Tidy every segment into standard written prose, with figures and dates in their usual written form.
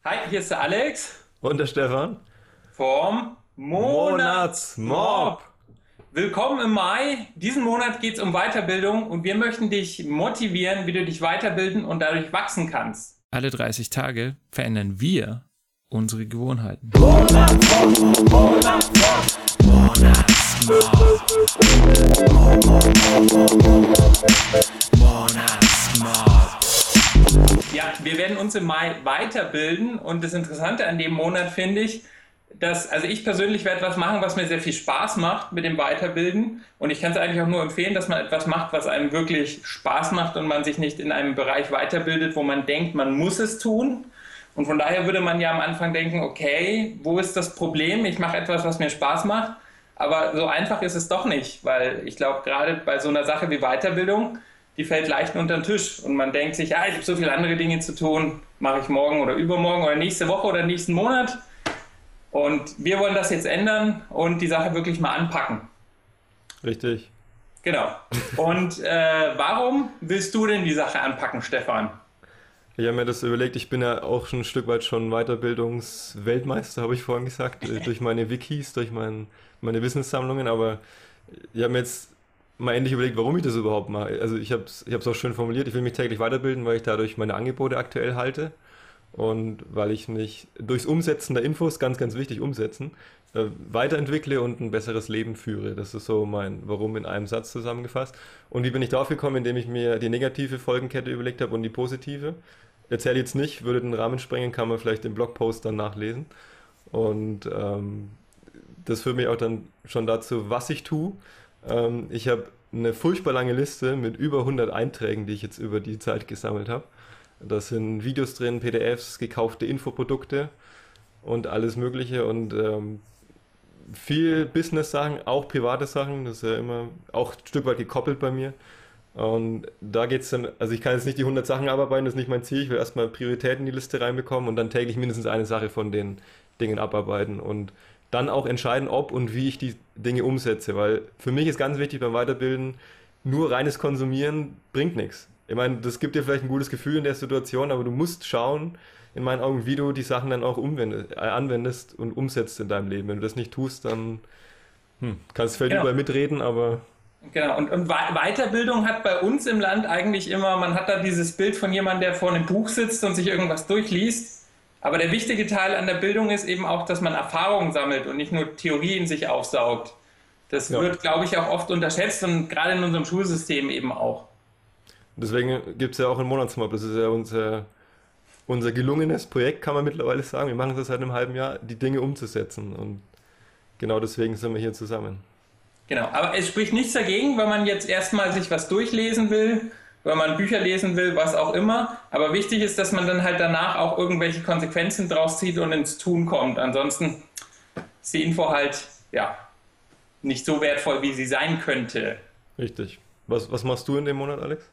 Hi, hier ist der Alex Und der Stefan? vom Monatsmob. Monatsmob. Willkommen im Mai. Diesen Monat geht es um Weiterbildung und wir möchten dich motivieren, wie du dich weiterbilden und dadurch wachsen kannst. Alle 30 Tage verändern wir unsere Gewohnheiten. Ja, wir werden uns im Mai weiterbilden und das Interessante an dem Monat finde ich, also ich persönlich werde etwas machen, was mir sehr viel Spaß macht mit dem Weiterbilden und ich kann es eigentlich auch nur empfehlen, dass man etwas macht, was einem wirklich Spaß macht und man sich nicht in einem Bereich weiterbildet, wo man denkt, man muss es tun. Und von daher würde man ja am Anfang denken, okay, wo ist das Problem? Ich mache etwas, was mir Spaß macht, aber so einfach ist es doch nicht, weil ich glaube, gerade bei so einer Sache wie Weiterbildung, die fällt leicht unter den Tisch und man denkt sich, ja, ich habe so viele andere Dinge zu tun, mache ich morgen oder übermorgen oder nächste Woche oder nächsten Monat. Und wir wollen das jetzt ändern und die Sache wirklich mal anpacken. Richtig. Genau. Und warum willst du denn die Sache anpacken, Stefan? Ich habe mir das überlegt, ich bin ja auch schon ein Stück weit schon Weiterbildungsweltmeister, habe ich vorhin gesagt, durch meine Wikis, durch meine Wissenssammlungen, aber ich habe mir jetzt mal endlich überlegt, warum ich das überhaupt mache. Also ich habe es auch schön formuliert, ich will mich täglich weiterbilden, weil ich dadurch meine Angebote aktuell halte. Und weil ich mich durchs Umsetzen der Infos, ganz, ganz wichtig, umsetzen, weiterentwickle und ein besseres Leben führe. Das ist so mein Warum in einem Satz zusammengefasst. Und wie bin ich drauf gekommen, indem ich mir die negative Folgenkette überlegt habe und die positive. Erzähle jetzt nicht, würde den Rahmen sprengen, kann man vielleicht im Blogpost dann nachlesen. Und das führt mich auch dann schon dazu, was ich tue. Ich habe eine furchtbar lange Liste mit über 100 Einträgen, die ich jetzt über die Zeit gesammelt habe. Da sind Videos drin, PDFs, gekaufte Infoprodukte und alles Mögliche und viel Business-Sachen, auch private Sachen, das ist ja immer auch ein Stück weit gekoppelt bei mir. Und da geht es dann, also ich kann jetzt nicht die 100 Sachen abarbeiten, das ist nicht mein Ziel, ich will erstmal Prioritäten in die Liste reinbekommen und dann täglich mindestens eine Sache von den Dingen abarbeiten und dann auch entscheiden, ob und wie ich die Dinge umsetze, weil für mich ist ganz wichtig beim Weiterbilden, nur reines Konsumieren bringt nichts. Ich meine, das gibt dir vielleicht ein gutes Gefühl in der Situation, aber du musst schauen, in meinen Augen, wie du die Sachen dann auch anwendest und umsetzt in deinem Leben. Wenn du das nicht tust, dann kannst du vielleicht Genau. überall mitreden, aber Genau. Und Weiterbildung hat bei uns im Land eigentlich immer, man hat da dieses Bild von jemandem, der vor einem Buch sitzt und sich irgendwas durchliest. Aber der wichtige Teil an der Bildung ist eben auch, dass man Erfahrungen sammelt und nicht nur Theorie in sich aufsaugt. Das ja. wird, glaube ich, auch oft unterschätzt und gerade in unserem Schulsystem eben auch. Deswegen gibt es ja auch einen Monatsmob. Das ist ja unser gelungenes Projekt, kann man mittlerweile sagen. Wir machen das seit einem halben Jahr, die Dinge umzusetzen. Und genau deswegen sind wir hier zusammen. Genau, aber es spricht nichts dagegen, wenn man jetzt erstmal sich was durchlesen will, wenn man Bücher lesen will, was auch immer. Aber wichtig ist, dass man dann halt danach auch irgendwelche Konsequenzen draus zieht und ins Tun kommt. Ansonsten ist die Info halt, ja, nicht so wertvoll, wie sie sein könnte. Richtig. Was machst du in dem Monat, Alex?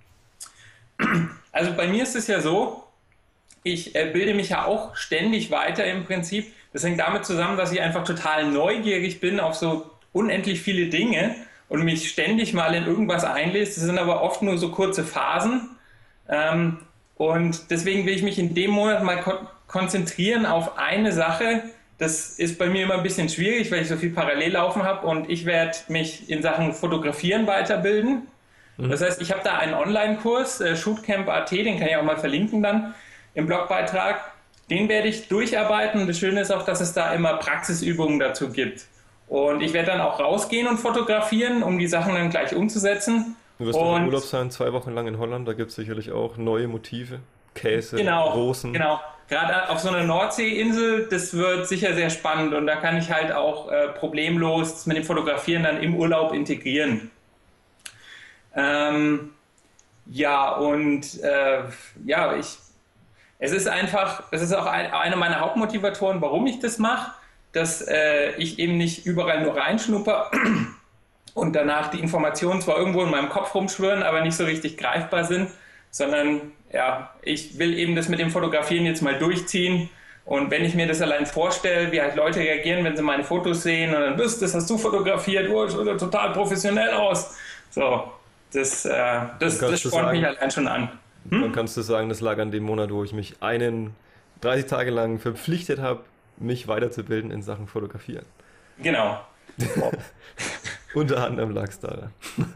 Also bei mir ist es ja so, ich bilde mich ja auch ständig weiter im Prinzip. Das hängt damit zusammen, dass ich einfach total neugierig bin auf so unendlich viele Dinge und mich ständig mal in irgendwas einlese. Das sind aber oft nur so kurze Phasen. Ähm, und deswegen will ich mich in dem Monat mal konzentrieren auf eine Sache. Das ist bei mir immer ein bisschen schwierig, weil ich so viel parallel laufen habe und ich werde mich in Sachen Fotografieren weiterbilden. Das Mhm. heißt, ich habe da einen Online-Kurs, Shootcamp.at, den kann ich auch mal verlinken dann im Blogbeitrag. Den werde ich durcharbeiten und das Schöne ist auch, dass es da immer Praxisübungen dazu gibt. Und ich werde dann auch rausgehen und fotografieren, um die Sachen dann gleich umzusetzen. Du wirst auch im Und Urlaub sein, 2 Wochen lang in Holland. Da gibt es sicherlich auch neue Motive. Käse, genau, Rosen. genau. Gerade auf so einer Nordseeinsel, das wird sicher sehr spannend und da kann ich halt auch problemlos mit dem Fotografieren dann im Urlaub integrieren. Ähm, ja, und ja, es ist einfach, es ist auch eine meiner Hauptmotivatoren, warum ich das mache, dass ich eben nicht überall nur reinschnupper und danach die Informationen zwar irgendwo in meinem Kopf rumschwirren, aber nicht so richtig greifbar sind, sondern ja, ich will eben das mit dem Fotografieren jetzt mal durchziehen. Und wenn ich mir das allein vorstelle, wie halt Leute reagieren, wenn sie meine Fotos sehen und dann, das hast du fotografiert, oh, das sieht total professionell aus. So, Dann das kannst du spornt mich sagen, allein schon an. dann kannst du sagen, das lag an dem Monat, wo ich mich einen 30 Tage lang verpflichtet habe, mich weiterzubilden in Sachen Fotografieren. Genau. Unter anderem lag es daran.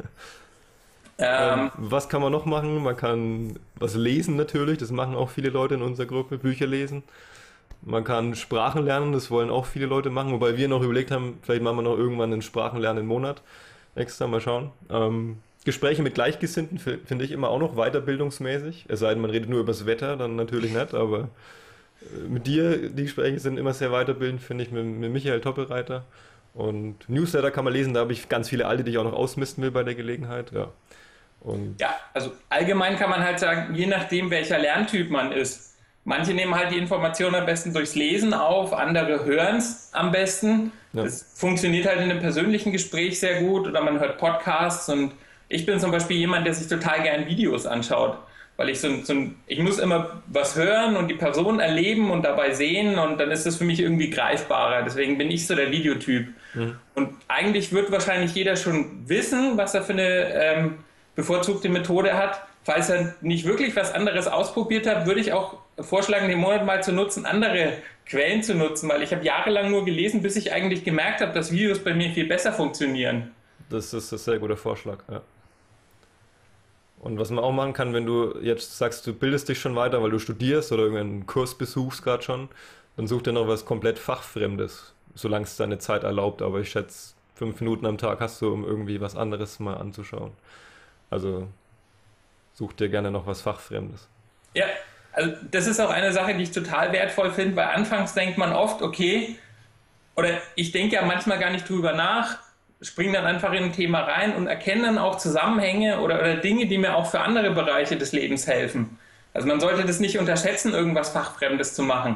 Was kann man noch machen? Man kann was lesen natürlich, das machen auch viele Leute in unserer Gruppe, Bücher lesen. Man kann Sprachen lernen, das wollen auch viele Leute machen, wobei wir noch überlegt haben, vielleicht machen wir noch irgendwann einen Sprachenlernen im Monat extra, mal schauen. Gespräche mit Gleichgesinnten finde ich immer auch noch weiterbildungsmäßig, es sei denn, man redet nur über das Wetter, dann natürlich nicht, aber mit dir, die Gespräche sind immer sehr weiterbildend, finde ich, mit Michael Toppelreiter. Und Newsletter kann man lesen, da habe ich ganz viele alte, die ich auch noch ausmisten will bei der Gelegenheit, ja. Ja, also allgemein kann man halt sagen, je nachdem, welcher Lerntyp man ist. Manche nehmen halt die Informationen am besten durchs Lesen auf, andere hören es am besten. Ja. Das funktioniert halt in einem persönlichen Gespräch sehr gut oder man hört Podcasts und ich bin zum Beispiel jemand, der sich total gern Videos anschaut, weil ich ich muss immer was hören und die Person erleben und dabei sehen und dann ist das für mich irgendwie greifbarer. Deswegen bin ich so der Videotyp. Mhm. Und eigentlich wird wahrscheinlich jeder schon wissen, was er für eine bevorzugte Methode hat. Falls er nicht wirklich was anderes ausprobiert hat, würde ich auch vorschlagen, den Monat mal zu nutzen, andere Quellen zu nutzen, weil ich habe jahrelang nur gelesen, bis ich eigentlich gemerkt habe, dass Videos bei mir viel besser funktionieren. Das ist ein sehr guter Vorschlag, ja. Und was man auch machen kann, wenn du jetzt sagst, du bildest dich schon weiter, weil du studierst oder irgendeinen Kurs besuchst gerade schon, dann such dir noch was komplett Fachfremdes, solange es deine Zeit erlaubt. Aber ich schätze, 5 Minuten am Tag hast du, um irgendwie was anderes mal anzuschauen. Also such dir gerne noch was Fachfremdes. Ja, also das ist auch eine Sache, die ich total wertvoll finde, weil anfangs denkt man oft, okay, oder ich denke ja manchmal gar nicht drüber nach, springe dann einfach in ein Thema rein und erkenne dann auch Zusammenhänge oder Dinge, die mir auch für andere Bereiche des Lebens helfen. Also man sollte das nicht unterschätzen, irgendwas Fachfremdes zu machen.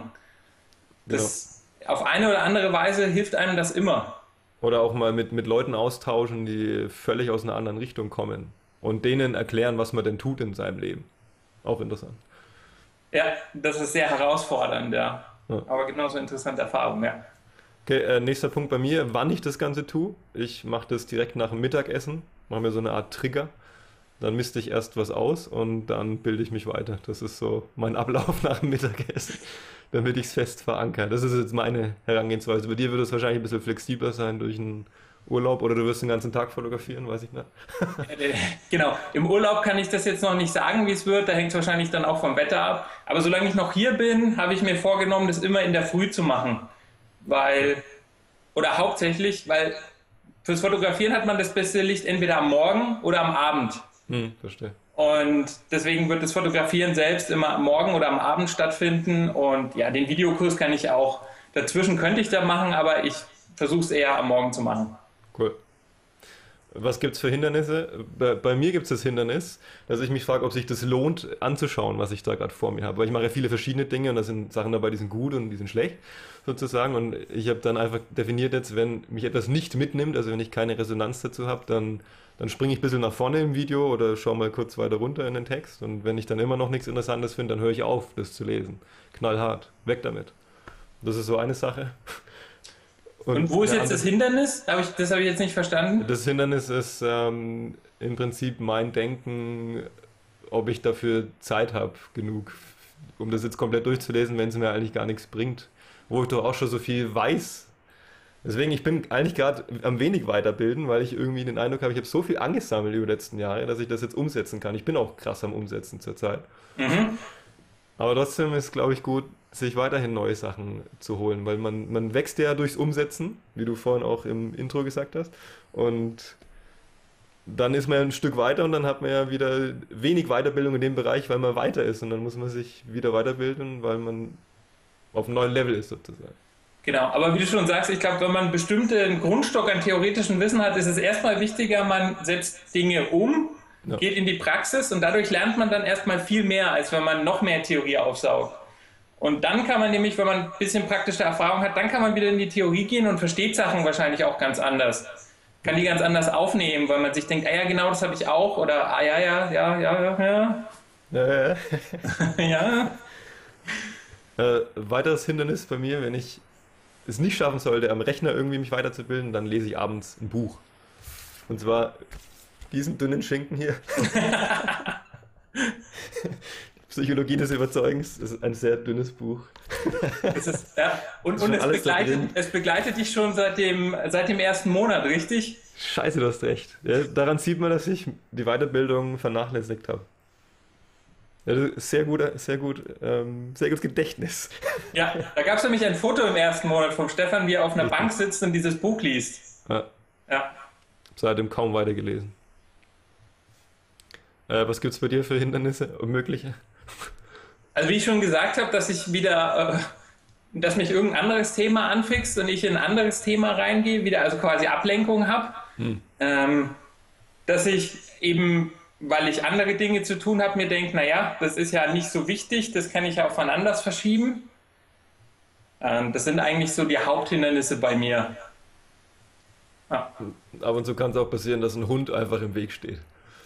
Das auf eine oder andere Weise hilft einem das immer. Oder auch mal mit Leuten austauschen, die völlig aus einer anderen Richtung kommen und denen erklären, was man denn tut in seinem Leben. Auch interessant. Ja, das ist sehr herausfordernd, ja. Aber genauso interessante Erfahrung, ja. Okay, nächster Punkt bei mir, wann ich das Ganze tue. Ich mache das direkt nach dem Mittagessen, mache mir so eine Art Trigger, dann misste ich erst was aus und dann bilde ich mich weiter. Das ist so mein Ablauf nach dem Mittagessen, damit ich es fest verankere. Das ist jetzt meine Herangehensweise. Bei dir wird es wahrscheinlich ein bisschen flexibler sein durch einen Urlaub oder du wirst den ganzen Tag fotografieren, weiß ich nicht. Genau, im Urlaub kann ich das jetzt noch nicht sagen, wie es wird, da hängt es wahrscheinlich dann auch vom Wetter ab. Aber solange ich noch hier bin, habe ich mir vorgenommen, das immer in der Früh zu machen. Oder hauptsächlich, weil fürs Fotografieren hat man das beste Licht entweder am Morgen oder am Abend. Verstehe. Und deswegen wird das Fotografieren selbst immer am Morgen oder am Abend stattfinden. Und ja, den Videokurs kann ich auch, dazwischen könnte ich da machen, aber ich versuche es eher am Morgen zu machen. Cool. Was gibt es für Hindernisse? Bei mir gibt es das Hindernis, dass ich mich frage, ob sich das lohnt anzuschauen, was ich da gerade vor mir habe. Weil ich mache ja viele verschiedene Dinge und da sind Sachen dabei, die sind gut und die sind schlecht, sozusagen. Und ich habe dann einfach definiert jetzt, wenn mich etwas nicht mitnimmt, also wenn ich keine Resonanz dazu habe, dann springe ich ein bisschen nach vorne im Video oder schaue mal kurz weiter runter in den Text. Und wenn ich dann immer noch nichts Interessantes finde, dann höre ich auf, das zu lesen. Knallhart, weg damit. Das ist so eine Sache. Und wo ist jetzt das Hindernis? Das habe ich jetzt nicht verstanden. Das Hindernis ist im Prinzip mein Denken, ob ich dafür Zeit habe, genug, um das jetzt komplett durchzulesen, wenn es mir eigentlich gar nichts bringt. Wo ich doch auch schon so viel weiß. Deswegen, ich bin eigentlich gerade am wenig weiterbilden, weil ich irgendwie den Eindruck habe, ich habe so viel angesammelt über die letzten Jahre, dass ich das jetzt umsetzen kann. Ich bin auch krass am Umsetzen zurzeit. Mhm. Aber trotzdem ist, glaube ich, gut, sich weiterhin neue Sachen zu holen, weil man wächst ja durchs Umsetzen, wie du vorhin auch im Intro gesagt hast, und dann ist man ein Stück weiter und dann hat man ja wieder wenig Weiterbildung in dem Bereich, weil man weiter ist und dann muss man sich wieder weiterbilden, weil man auf einem neuen Level ist sozusagen. Genau, aber wie du schon sagst, ich glaube, wenn man bestimmten Grundstock an theoretischem Wissen hat, ist es erstmal wichtiger, man setzt Dinge um, geht in die Praxis und dadurch lernt man dann erstmal viel mehr, als wenn man noch mehr Theorie aufsaugt. Und dann kann man nämlich, wenn man ein bisschen praktische Erfahrung hat, dann kann man wieder in die Theorie gehen und versteht Sachen wahrscheinlich auch ganz anders. Kann die ganz anders aufnehmen, weil man sich denkt, ah ja, genau, das habe ich auch, oder ah ja. Ja. Weiteres Hindernis bei mir, wenn ich es nicht schaffen sollte, am Rechner irgendwie mich weiterzubilden, dann lese ich abends ein Buch. Und zwar diesen dünnen Schinken hier. Psychologie des Überzeugens, das ist ein sehr dünnes Buch. Das ist, ja. Und Ist schon alles da drin. es begleitet dich schon seit dem ersten Monat, richtig? Scheiße, du hast recht. Ja, daran sieht man, dass ich die Weiterbildung vernachlässigt habe. Ja, das ist sehr gutes Gedächtnis. Ja, da gab es nämlich ein Foto im ersten Monat vom Stefan, wie er auf einer Richtig. Bank sitzt und dieses Buch liest. Ja, Ja. seitdem kaum weitergelesen. Was gibt's bei dir für Hindernisse und mögliche? Also wie ich schon gesagt habe, dass dass mich irgendein anderes Thema anfixt und ich in ein anderes Thema reingehe, wieder also quasi Ablenkung habe. Dass ich eben, weil ich andere Dinge zu tun habe, mir denke, naja, das ist ja nicht so wichtig, das kann ich ja auf wann anders verschieben. Das sind eigentlich so die Haupthindernisse bei mir. Ja. Ab und zu kann es auch passieren, dass ein Hund einfach im Weg steht.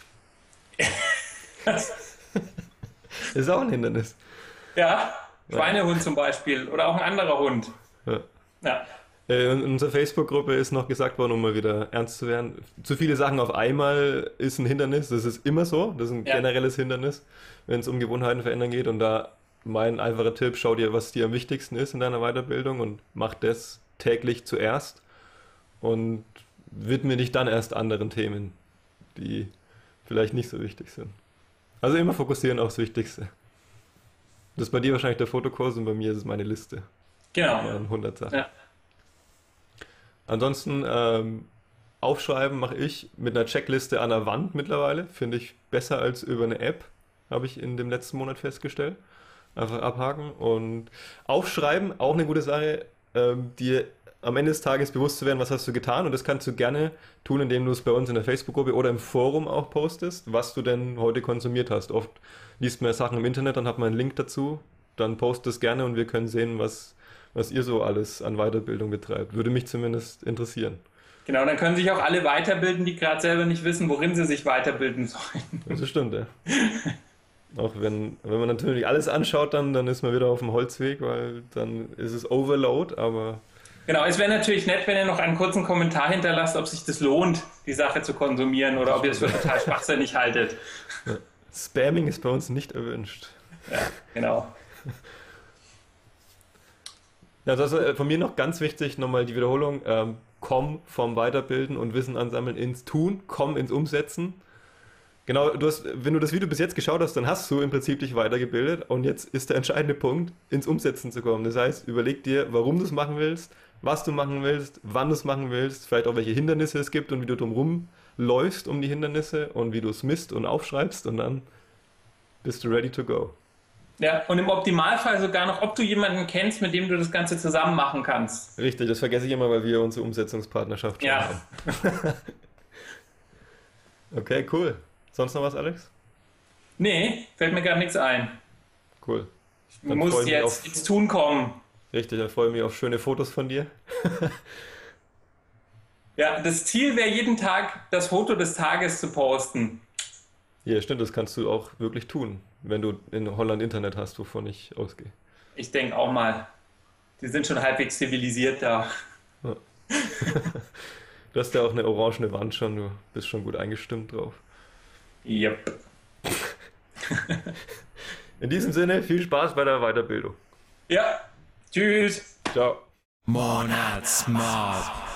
Ist auch ein Hindernis. Ja, Schweinehund zum Beispiel oder auch ein anderer Hund. Ja. Ja. In unserer Facebook-Gruppe ist noch gesagt worden, um mal wieder ernst zu werden, zu viele Sachen auf einmal ist ein Hindernis. Das ist immer so. Das ist ein generelles Hindernis, wenn es um Gewohnheiten verändern geht. Und da mein einfacher Tipp, schau dir, was dir am wichtigsten ist in deiner Weiterbildung und mach das täglich zuerst und widme dich dann erst anderen Themen, die vielleicht nicht so wichtig sind. Also immer fokussieren aufs Wichtigste. Das ist bei dir wahrscheinlich der Fotokurs und bei mir ist es meine Liste. Genau. Ja, 100 Sachen. Ja. Ansonsten aufschreiben mache ich mit einer Checkliste an der Wand mittlerweile. Finde ich besser als über eine App, habe ich in dem letzten Monat festgestellt. Einfach abhaken und aufschreiben, auch eine gute Sache, dir am Ende des Tages bewusst zu werden, was hast du getan, und das kannst du gerne tun, indem du es bei uns in der Facebook-Gruppe oder im Forum auch postest, was du denn heute konsumiert hast. Oft liest man Sachen im Internet, dann hat man einen Link dazu, dann post es gerne und wir können sehen, was ihr so alles an Weiterbildung betreibt. Würde mich zumindest interessieren. Genau, dann können sich auch alle weiterbilden, die gerade selber nicht wissen, worin sie sich weiterbilden sollen. Das stimmt, ja. Auch wenn man natürlich alles anschaut, dann ist man wieder auf dem Holzweg, weil dann ist es Overload, aber... Genau, es wäre natürlich nett, wenn ihr noch einen kurzen Kommentar hinterlasst, ob sich das lohnt, die Sache zu konsumieren oder ob ihr es für total schwachsinnig haltet. Ja. Spamming ist bei uns nicht erwünscht. Ja, genau. Ja, also von mir noch ganz wichtig, nochmal die Wiederholung, komm vom Weiterbilden und Wissen ansammeln ins Tun, komm ins Umsetzen. Genau, wenn du das Video bis jetzt geschaut hast, dann hast du im Prinzip dich weitergebildet und jetzt ist der entscheidende Punkt, ins Umsetzen zu kommen. Das heißt, überleg dir, warum du es machen willst, was du machen willst, wann du es machen willst, vielleicht auch welche Hindernisse es gibt und wie du drumherum läufst um die Hindernisse und wie du es misst und aufschreibst und dann bist du ready to go. Ja, und im Optimalfall sogar noch, ob du jemanden kennst, mit dem du das Ganze zusammen machen kannst. Richtig, das vergesse ich immer, weil wir unsere Umsetzungspartnerschaft schon Ja. haben. Okay, cool. Sonst noch was, Alex? Nee, fällt mir gar nichts ein. Cool. Du Dann freue musst ich mich jetzt ins Tun kommen. Richtig, dann freue ich mich auf schöne Fotos von dir. Ja, das Ziel wäre jeden Tag, das Foto des Tages zu posten. Ja, stimmt, das kannst du auch wirklich tun, wenn du in Holland Internet hast, wovon ich ausgehe. Ich denke auch mal, die sind schon halbwegs zivilisiert da. Ja. Du hast ja auch eine orangene Wand schon, du bist schon gut eingestimmt drauf. Yep. In diesem Sinne, viel Spaß bei der Weiterbildung. Ja, tschüss. Ciao. Monatsmob.